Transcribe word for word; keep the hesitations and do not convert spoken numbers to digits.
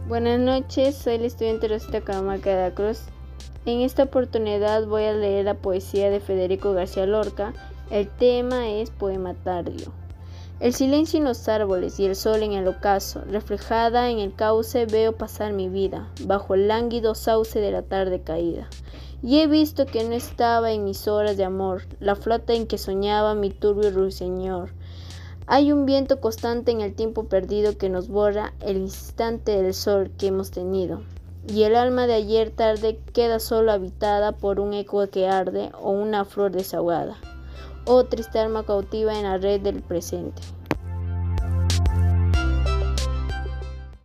Buenas noches, soy la estudiante Rosita Caramaca de la Cruz. En esta oportunidad voy a leer la poesía de Federico García Lorca. El tema es Poema Tardío. El silencio en los árboles y el sol en el ocaso, reflejada en el cauce veo pasar mi vida, bajo el lánguido sauce de la tarde caída. Y he visto que no estaba en mis horas de amor, la flauta en que soñaba mi turbio ruiseñor. Hay un viento constante en el tiempo perdido que nos borra el instante del sol que hemos tenido. Y el alma de ayer tarde queda solo habitada por un eco que arde o una flor desahogada. Oh triste alma cautiva en la red del presente.